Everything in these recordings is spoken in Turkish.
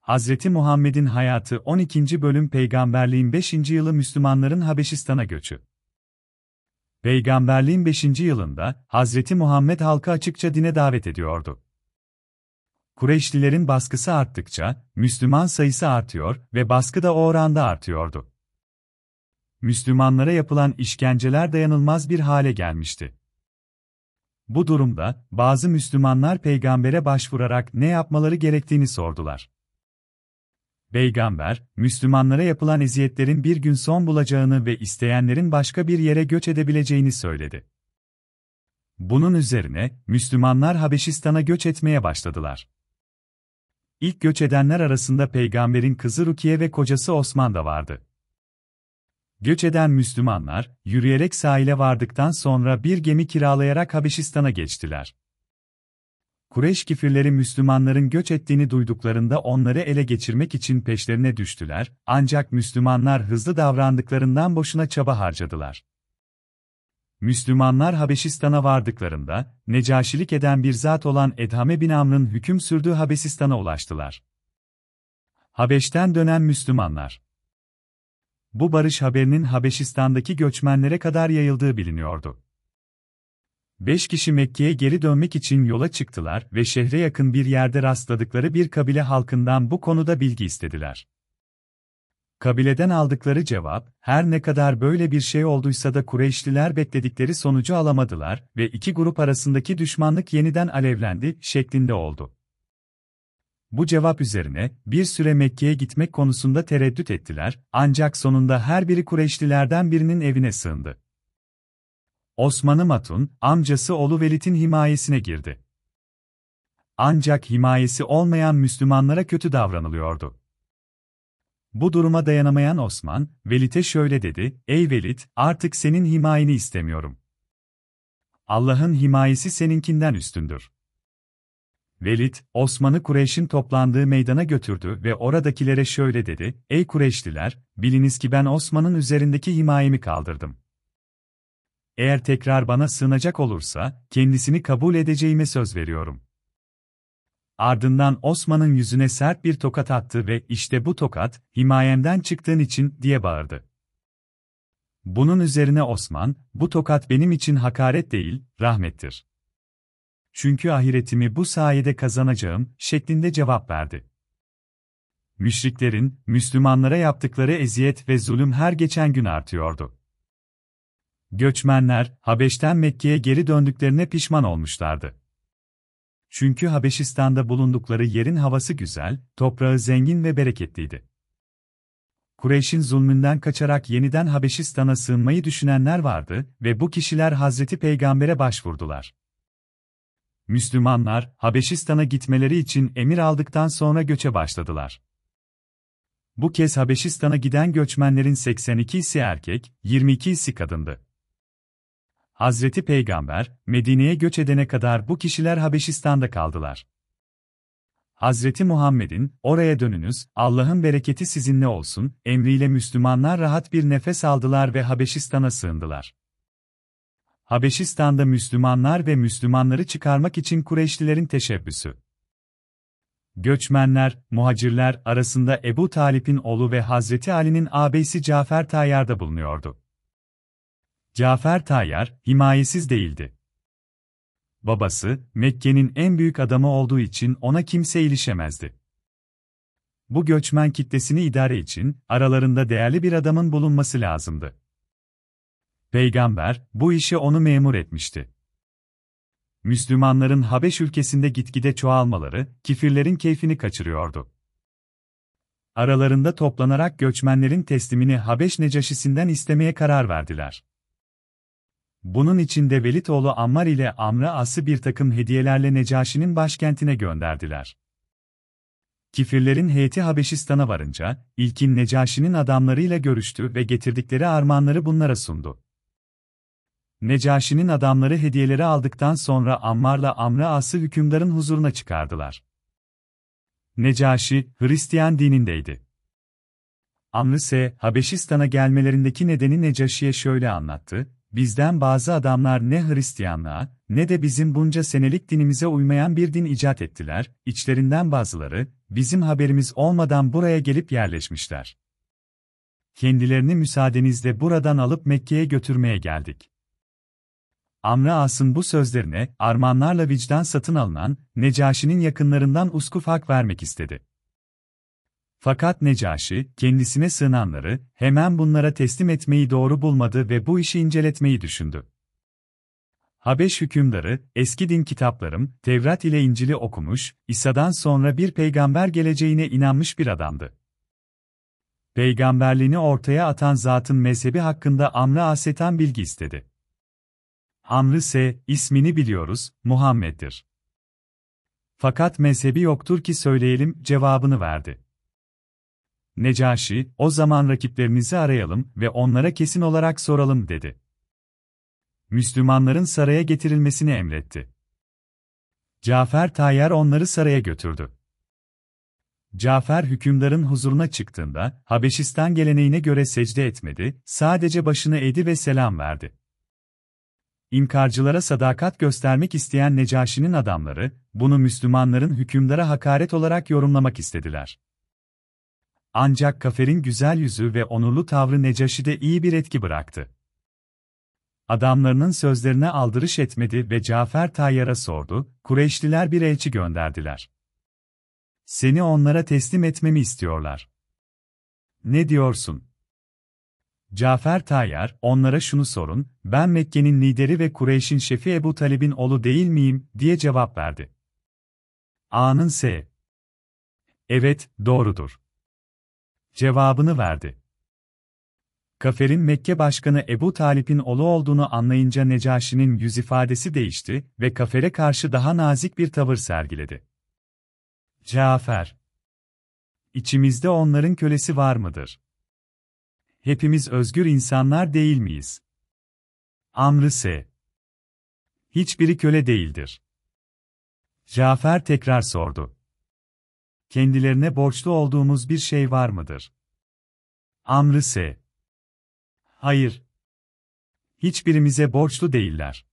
Hazreti Muhammed'in hayatı 12. bölüm Peygamberliğin 5. yılı Müslümanların Habeşistan'a göçü. Peygamberliğin 5. yılında Hazreti Muhammed halkı açıkça dine davet ediyordu. Kureyşlilerin baskısı arttıkça Müslüman sayısı artıyor ve baskı da o oranda artıyordu. Müslümanlara yapılan işkenceler dayanılmaz bir hale gelmişti. Bu durumda bazı Müslümanlar peygambere başvurarak ne yapmaları gerektiğini sordular. Peygamber, Müslümanlara yapılan eziyetlerin bir gün son bulacağını ve isteyenlerin başka bir yere göç edebileceğini söyledi. Bunun üzerine Müslümanlar Habeşistan'a göç etmeye başladılar. İlk göç edenler arasında Peygamberin kızı Rukiye ve kocası Osman da vardı. Göç eden Müslümanlar, yürüyerek sahile vardıktan sonra bir gemi kiralayarak Habeşistan'a geçtiler. Kureyş kifirleri Müslümanların göç ettiğini duyduklarında onları ele geçirmek için peşlerine düştüler, ancak Müslümanlar hızlı davrandıklarından boşuna çaba harcadılar. Müslümanlar Habeşistan'a vardıklarında, necaşilik eden bir zat olan Edhame bin Amr'ın hüküm sürdüğü Habeşistan'a ulaştılar. Habeş'ten dönen Müslümanlar. Bu barış haberinin Habeşistan'daki göçmenlere kadar yayıldığı biliniyordu. 5 kişi Mekke'ye geri dönmek için yola çıktılar ve şehre yakın bir yerde rastladıkları bir kabile halkından bu konuda bilgi istediler. Kabileden aldıkları cevap, her ne kadar böyle bir şey olduysa da Kureyşliler bekledikleri sonucu alamadılar ve iki grup arasındaki düşmanlık yeniden alevlendi şeklinde oldu. Bu cevap üzerine bir süre Mekke'ye gitmek konusunda tereddüt ettiler, ancak sonunda her biri Kureyşlilerden birinin evine sığındı. Osman-ı Matun, amcası oğlu Velid'in himayesine girdi. Ancak himayesi olmayan Müslümanlara kötü davranılıyordu. Bu duruma dayanamayan Osman, Velid'e şöyle dedi: "Ey Velid, artık senin himayeni istemiyorum. Allah'ın himayesi seninkinden üstündür." Velid, Osman'ı Kureyş'in toplandığı meydana götürdü ve oradakilere şöyle dedi: "Ey Kureyşliler, biliniz ki ben Osman'ın üzerindeki himayemi kaldırdım. Eğer tekrar bana sığınacak olursa, kendisini kabul edeceğime söz veriyorum." Ardından Osman'ın yüzüne sert bir tokat attı ve "İşte bu tokat, himayemden çıktığın için" diye bağırdı. Bunun üzerine Osman, "Bu tokat benim için hakaret değil, rahmettir. Çünkü ahiretimi bu sayede kazanacağım" şeklinde cevap verdi. Müşriklerin, Müslümanlara yaptıkları eziyet ve zulüm her geçen gün artıyordu. Göçmenler, Habeş'ten Mekke'ye geri döndüklerine pişman olmuşlardı. Çünkü Habeşistan'da bulundukları yerin havası güzel, toprağı zengin ve bereketliydi. Kureyş'in zulmünden kaçarak yeniden Habeşistan'a sığınmayı düşünenler vardı ve bu kişiler Hazreti Peygamber'e başvurdular. Müslümanlar, Habeşistan'a gitmeleri için emir aldıktan sonra göçe başladılar. Bu kez Habeşistan'a giden göçmenlerin 82'si erkek, 22'si kadındı. Hazreti Peygamber, Medine'ye göç edene kadar bu kişiler Habeşistan'da kaldılar. Hazreti Muhammed'in, "Oraya dönünüz, Allah'ın bereketi sizinle olsun" emriyle Müslümanlar rahat bir nefes aldılar ve Habeşistan'a sığındılar. Habeşistan'da Müslümanlar ve Müslümanları çıkarmak için Kureyşlilerin teşebbüsü. Göçmenler, muhacirler arasında Ebu Talip'in oğlu ve Hazreti Ali'nin ağabeysi Cafer Tayyar'da bulunuyordu. Cafer Tayyar, himayesiz değildi. Babası, Mekke'nin en büyük adamı olduğu için ona kimse ilişemezdi. Bu göçmen kitlesini idare için, aralarında değerli bir adamın bulunması lazımdı. Peygamber, bu işe onu memur etmişti. Müslümanların Habeş ülkesinde gitgide çoğalmaları, kifirlerin keyfini kaçırıyordu. Aralarında toplanarak göçmenlerin teslimini Habeş Necaşisi'nden istemeye karar verdiler. Bunun için de Velid oğlu Ammar ile Amr-ı As'ı bir takım hediyelerle Necaşi'nin başkentine gönderdiler. Kifirlerin heyeti Habeşistan'a varınca, ilkin Necaşi'nin adamlarıyla görüştü ve getirdikleri armağanları bunlara sundu. Necaşi'nin adamları hediyeleri aldıktan sonra Ammar'la Amr-ı As'ı hükümdarın huzuruna çıkardılar. Necaşi, Hristiyan dinindeydi. Amr ise, Habeşistan'a gelmelerindeki nedeni Necaşi'ye şöyle anlattı: "Bizden bazı adamlar ne Hristiyanlığa, ne de bizim bunca senelik dinimize uymayan bir din icat ettiler, içlerinden bazıları, bizim haberimiz olmadan buraya gelip yerleşmişler. Kendilerini müsaadenizle buradan alıp Mekke'ye götürmeye geldik. Amr As'ın bu sözlerine, armağanlarla vicdan satın alınan, Necaşi'nin yakınlarından Uskuf hak vermek istedi. Fakat Necaşi, kendisine sığınanları, hemen bunlara teslim etmeyi doğru bulmadı ve bu işi inceletmeyi düşündü. Habeş hükümdarı, eski din kitaplarım, Tevrat ile İncil'i okumuş, İsa'dan sonra bir peygamber geleceğine inanmış bir adamdı. Peygamberliğini ortaya atan zatın mezhebi hakkında Amr-ı As'tan bilgi istedi. Amr ise, ismini biliyoruz, Muhammed'dir. Fakat mezhebi yoktur ki söyleyelim, cevabını verdi. Necaşi, o zaman rakiplerinizi arayalım ve onlara kesin olarak soralım dedi. Müslümanların saraya getirilmesini emretti. Cafer Tayyar onları saraya götürdü. Cafer hükümdarın huzuruna çıktığında, Habeşistan geleneğine göre secde etmedi, sadece başını eğdi ve selam verdi. İnkarcılara sadakat göstermek isteyen Necaşi'nin adamları, bunu Müslümanların hükümdara hakaret olarak yorumlamak istediler. Ancak Kafer'in güzel yüzü ve onurlu tavrı Necaşi'de iyi bir etki bıraktı. Adamlarının sözlerine aldırış etmedi ve Cafer Tayyar'a sordu, Kureyşliler bir elçi gönderdiler. Seni onlara teslim etmemi istiyorlar. Ne diyorsun? Cafer Tayyar, onlara şunu sorun, ben Mekke'nin lideri ve Kureyş'in şefi Ebu Talib'in oğlu değil miyim, diye cevap verdi. A'nın S. Evet, doğrudur. Cevabını verdi. Kafer'in Mekke başkanı Ebu Talip'in oğlu olduğunu anlayınca Necaşi'nin yüz ifadesi değişti ve Kafer'e karşı daha nazik bir tavır sergiledi. Cafer, İçimizde onların kölesi var mıdır? Hepimiz özgür insanlar değil miyiz? Amr ise, hiçbiri köle değildir. Cafer tekrar sordu. Kendilerine borçlu olduğumuz bir şey var mıdır? Amr ise, hayır. Hiçbirimize borçlu değiller.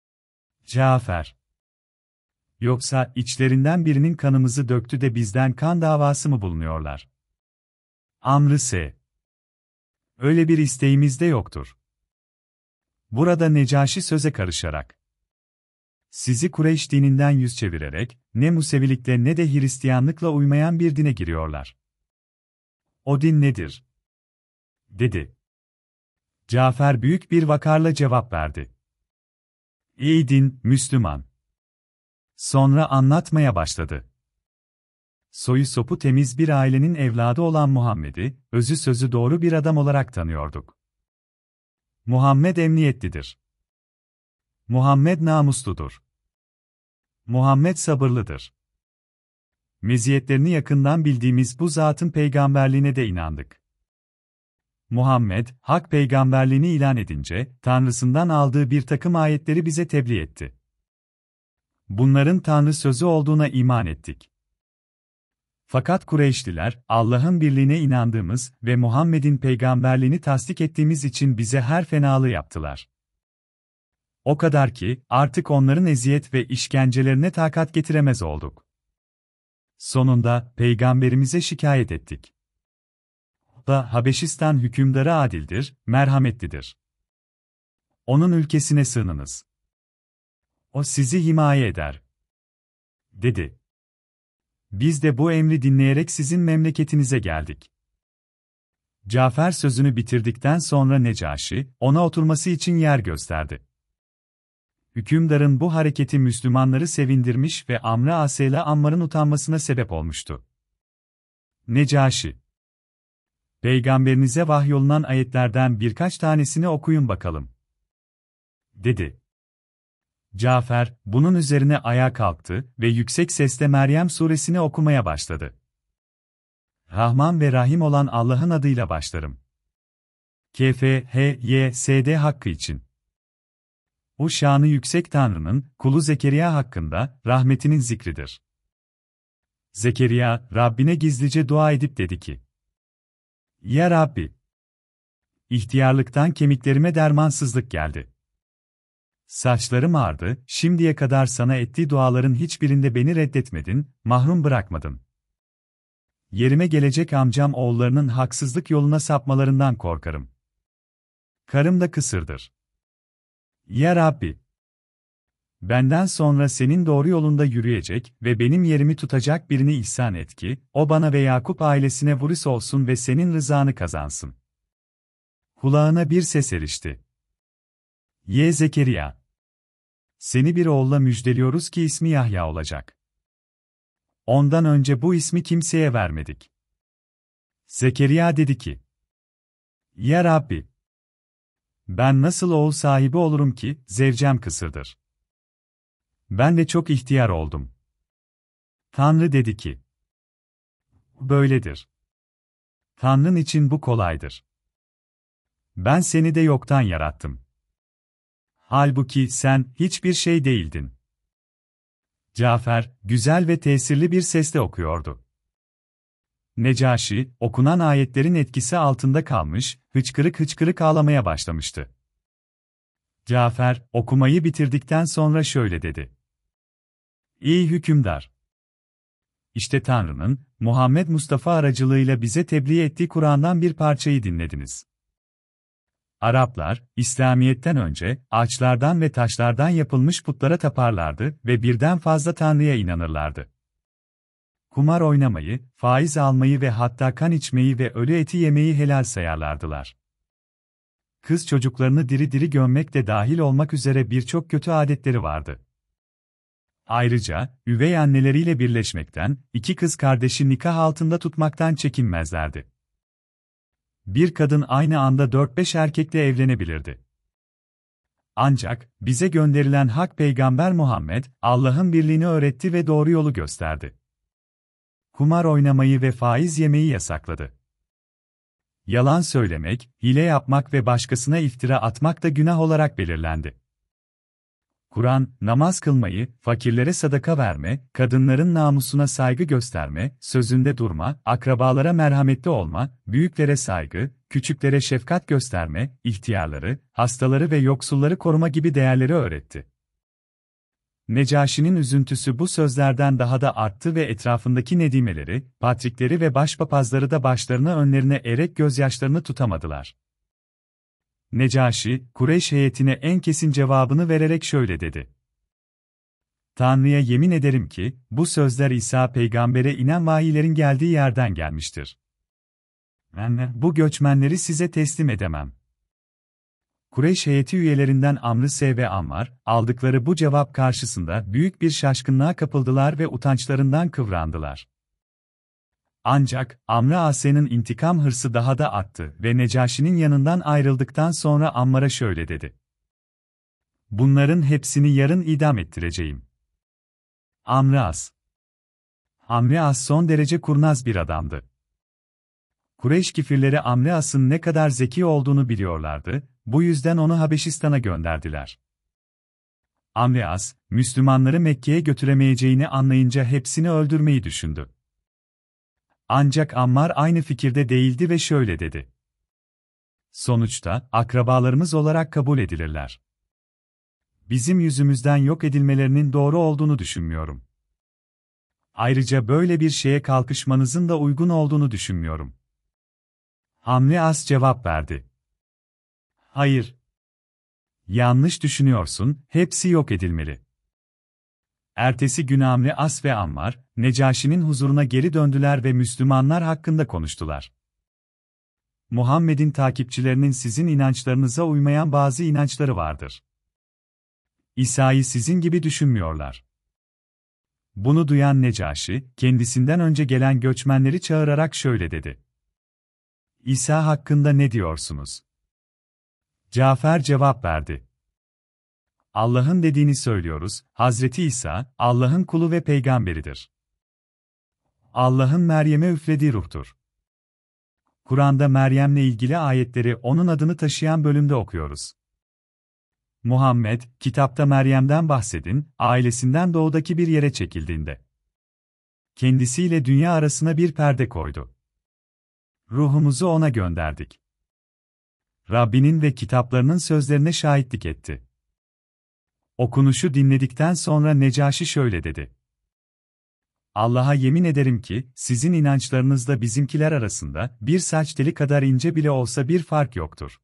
Cafer, yoksa içlerinden birinin kanımızı döktü de bizden kan davası mı bulunuyorlar? Amr ise, öyle bir isteğimiz de yoktur. Burada Necaşi söze karışarak, sizi Kureyş dininden yüz çevirerek, ne Musevilikle ne de Hristiyanlıkla uymayan bir dine giriyorlar. O din nedir? Dedi. Cafer büyük bir vakarla cevap verdi. Ey din, Müslüman. Sonra anlatmaya başladı. Soyu sopu temiz bir ailenin evladı olan Muhammed'i, özü sözü doğru bir adam olarak tanıyorduk. Muhammed emniyetlidir. Muhammed namusludur. Muhammed sabırlıdır. Meziyetlerini yakından bildiğimiz bu zatın peygamberliğine de inandık. Muhammed, hak peygamberliğini ilan edince, Tanrısından aldığı bir takım ayetleri bize tebliğ etti. Bunların Tanrı sözü olduğuna iman ettik. Fakat Kureyşliler, Allah'ın birliğine inandığımız ve Muhammed'in peygamberliğini tasdik ettiğimiz için bize her fenalığı yaptılar. O kadar ki, artık onların eziyet ve işkencelerine takat getiremez olduk. Sonunda, peygamberimize şikayet ettik. Da Habeşistan hükümdarı adildir, merhametlidir. Onun ülkesine sığınınız. O sizi himaye eder. Dedi. Biz de bu emri dinleyerek sizin memleketinize geldik. Cafer sözünü bitirdikten sonra Necaşi, ona oturması için yer gösterdi. Hükümdarın bu hareketi Müslümanları sevindirmiş ve Amr-ı As'yle Ammar'ın utanmasına sebep olmuştu. Necaşi, Peygamberinize vahyolunan ayetlerden birkaç tanesini okuyun bakalım, dedi. Cafer, bunun üzerine ayağa kalktı ve yüksek sesle Meryem suresini okumaya başladı. Rahman ve Rahim olan Allah'ın adıyla başlarım. K-F-H-Y-S-D hakkı için. O şanı yüksek Tanrı'nın, kulu Zekeriya hakkında, rahmetinin zikridir. Zekeriya, Rabbine gizlice dua edip dedi ki, Ya Rabbi! İhtiyarlıktan kemiklerime dermansızlık geldi. Saçlarım ağardı, şimdiye kadar sana ettiği duaların hiçbirinde beni reddetmedin, mahrum bırakmadın. Yerime gelecek amcam oğullarının haksızlık yoluna sapmalarından korkarım. Karım da kısırdır. Ya Rabbi! Benden sonra senin doğru yolunda yürüyecek ve benim yerimi tutacak birini ihsan et ki, o bana ve Yakup ailesine varis olsun ve senin rızanı kazansın. Kulağına bir ses erişti. Zekeriya! Seni bir oğulla müjdeliyoruz ki ismi Yahya olacak. Ondan önce bu ismi kimseye vermedik. Zekeriya dedi ki, Ya Rabbi! Ben nasıl oğul sahibi olurum ki, zevcem kısırdır. Ben de çok ihtiyar oldum. Tanrı dedi ki, böyledir. Tanrın için bu kolaydır. Ben seni de yoktan yarattım. Halbuki sen hiçbir şey değildin. Cafer, güzel ve tesirli bir sesle okuyordu. Necaşi, okunan ayetlerin etkisi altında kalmış, hıçkırık hıçkırık ağlamaya başlamıştı. Cafer, okumayı bitirdikten sonra şöyle dedi. İyi hükümdar! İşte Tanrı'nın, Muhammed Mustafa aracılığıyla bize tebliğ ettiği Kur'an'dan bir parçayı dinlediniz. Araplar, İslamiyet'ten önce, ağaçlardan ve taşlardan yapılmış putlara taparlardı ve birden fazla Tanrı'ya inanırlardı. Kumar oynamayı, faiz almayı ve hatta kan içmeyi ve ölü eti yemeyi helal sayarlardılar. Kız çocuklarını diri diri gömmek de dahil olmak üzere birçok kötü adetleri vardı. Ayrıca, üvey anneleriyle birleşmekten, iki kız kardeşi nikah altında tutmaktan çekinmezlerdi. Bir kadın aynı anda 4-5 erkekle evlenebilirdi. Ancak, bize gönderilen Hak Peygamber Muhammed, Allah'ın birliğini öğretti ve doğru yolu gösterdi. Kumar oynamayı ve faiz yemeyi yasakladı. Yalan söylemek, hile yapmak ve başkasına iftira atmak da günah olarak belirlendi. Kur'an, namaz kılmayı, fakirlere sadaka verme, kadınların namusuna saygı gösterme, sözünde durma, akrabalara merhametli olma, büyüklere saygı, küçüklere şefkat gösterme, ihtiyarları, hastaları ve yoksulları koruma gibi değerleri öğretti. Necaşi'nin üzüntüsü bu sözlerden daha da arttı ve etrafındaki nedimeleri, patrikleri ve başpapazları da başlarını önlerine eğerek gözyaşlarını tutamadılar. Necaşi, Kureyş heyetine en kesin cevabını vererek şöyle dedi. Tanrı'ya yemin ederim ki, bu sözler İsa peygambere inen vahiylerin geldiği yerden gelmiştir. Ben bu göçmenleri size teslim edemem. Kureyş heyeti üyelerinden Amr ve Ammar, aldıkları bu cevap karşısında büyük bir şaşkınlığa kapıldılar ve utançlarından kıvrandılar. Ancak, Amr-ı intikam hırsı daha da arttı ve Necaşi'nin yanından ayrıldıktan sonra Ammar'a şöyle dedi. Bunların hepsini yarın idam ettireceğim. Amr-ı son derece kurnaz bir adamdı. Kureyş kifirleri Amr-ı ne kadar zeki olduğunu biliyorlardı, bu yüzden onu Habeşistan'a gönderdiler. Amr-ı Müslümanları Mekke'ye götüremeyeceğini anlayınca hepsini öldürmeyi düşündü. Ancak Ammar aynı fikirde değildi ve şöyle dedi. Sonuçta, akrabalarımız olarak kabul edilirler. Bizim yüzümüzden yok edilmelerinin doğru olduğunu düşünmüyorum. Ayrıca böyle bir şeye kalkışmanızın da uygun olduğunu düşünmüyorum. Amr-ı cevap verdi. Hayır. Yanlış düşünüyorsun, hepsi yok edilmeli. Ertesi gün Amr-ı ve Ammar, Necaşi'nin huzuruna geri döndüler ve Müslümanlar hakkında konuştular. Muhammed'in takipçilerinin sizin inançlarınıza uymayan bazı inançları vardır. İsa'yı sizin gibi düşünmüyorlar. Bunu duyan Necaşi, kendisinden önce gelen göçmenleri çağırarak şöyle dedi. İsa hakkında ne diyorsunuz? Cafer cevap verdi. Allah'ın dediğini söylüyoruz, Hazreti İsa, Allah'ın kulu ve peygamberidir. Allah'ın Meryem'e üflediği ruhtur. Kur'an'da Meryem'le ilgili ayetleri onun adını taşıyan bölümde okuyoruz. Muhammed, kitapta Meryem'den bahsedin, ailesinden doğudaki bir yere çekildiğinde. Kendisiyle dünya arasına bir perde koydu. Ruhumuzu ona gönderdik. Rabbinin ve kitaplarının sözlerine şahitlik etti. Okunuşu dinledikten sonra Necaşi şöyle dedi. Allah'a yemin ederim ki, sizin inançlarınızda bizimkiler arasında, bir saç teli kadar ince bile olsa bir fark yoktur.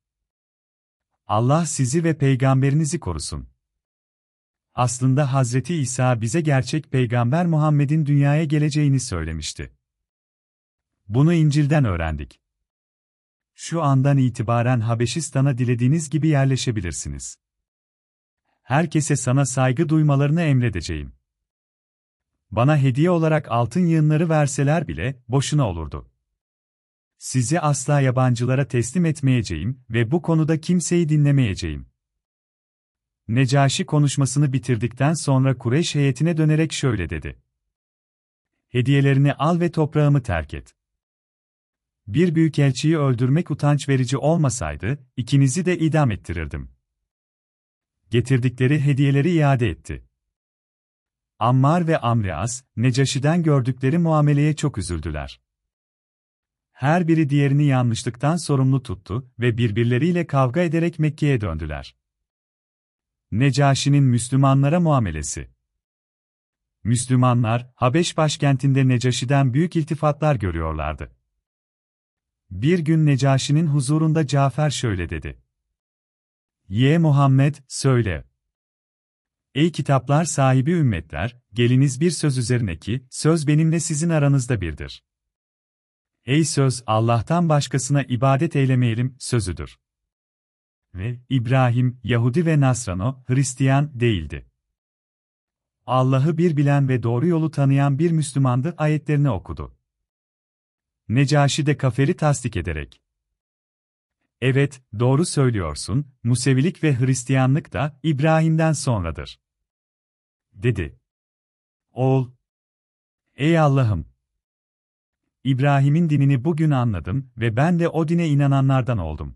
Allah sizi ve peygamberinizi korusun. Aslında Hazreti İsa bize gerçek peygamber Muhammed'in dünyaya geleceğini söylemişti. Bunu İncil'den öğrendik. Şu andan itibaren Habeşistan'a dilediğiniz gibi yerleşebilirsiniz. Herkese sana saygı duymalarını emredeceğim. Bana hediye olarak altın yığınları verseler bile, boşuna olurdu. Sizi asla yabancılara teslim etmeyeceğim ve bu konuda kimseyi dinlemeyeceğim. Necaşi konuşmasını bitirdikten sonra Kureyş heyetine dönerek şöyle dedi. Hediyelerini al ve toprağımı terk et. Bir büyükelçiyi öldürmek utanç verici olmasaydı, ikinizi de idam ettirirdim. Getirdikleri hediyeleri iade etti. Ammar ve Amr-ı Necaşi'den gördükleri muameleye çok üzüldüler. Her biri diğerini yanlışlıktan sorumlu tuttu ve birbirleriyle kavga ederek Mekke'ye döndüler. Necaşi'nin Müslümanlara muamelesi. Müslümanlar, Habeş başkentinde Necaşi'den büyük iltifatlar görüyorlardı. Bir gün Necaşi'nin huzurunda Cafer şöyle dedi. "Ye Muhammed, söyle. Ey kitaplar sahibi ümmetler, geliniz bir söz üzerine ki, söz benimle sizin aranızda birdir. Ey söz, Allah'tan başkasına ibadet eylemeyelim, sözüdür. Ve İbrahim, Yahudi ve Nasrano, Hristiyan değildi. Allah'ı bir bilen ve doğru yolu tanıyan bir Müslümandı ayetlerini okudu. Necaşi de Kafer'i tasdik ederek, "Evet, doğru söylüyorsun, Musevilik ve Hristiyanlık da İbrahim'den sonradır," dedi. Oğul, ey Allah'ım! İbrahim'in dinini bugün anladım ve ben de o dine inananlardan oldum,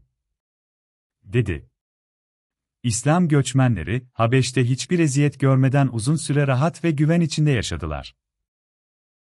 dedi. İslam göçmenleri, Habeş'te hiçbir eziyet görmeden uzun süre rahat ve güven içinde yaşadılar.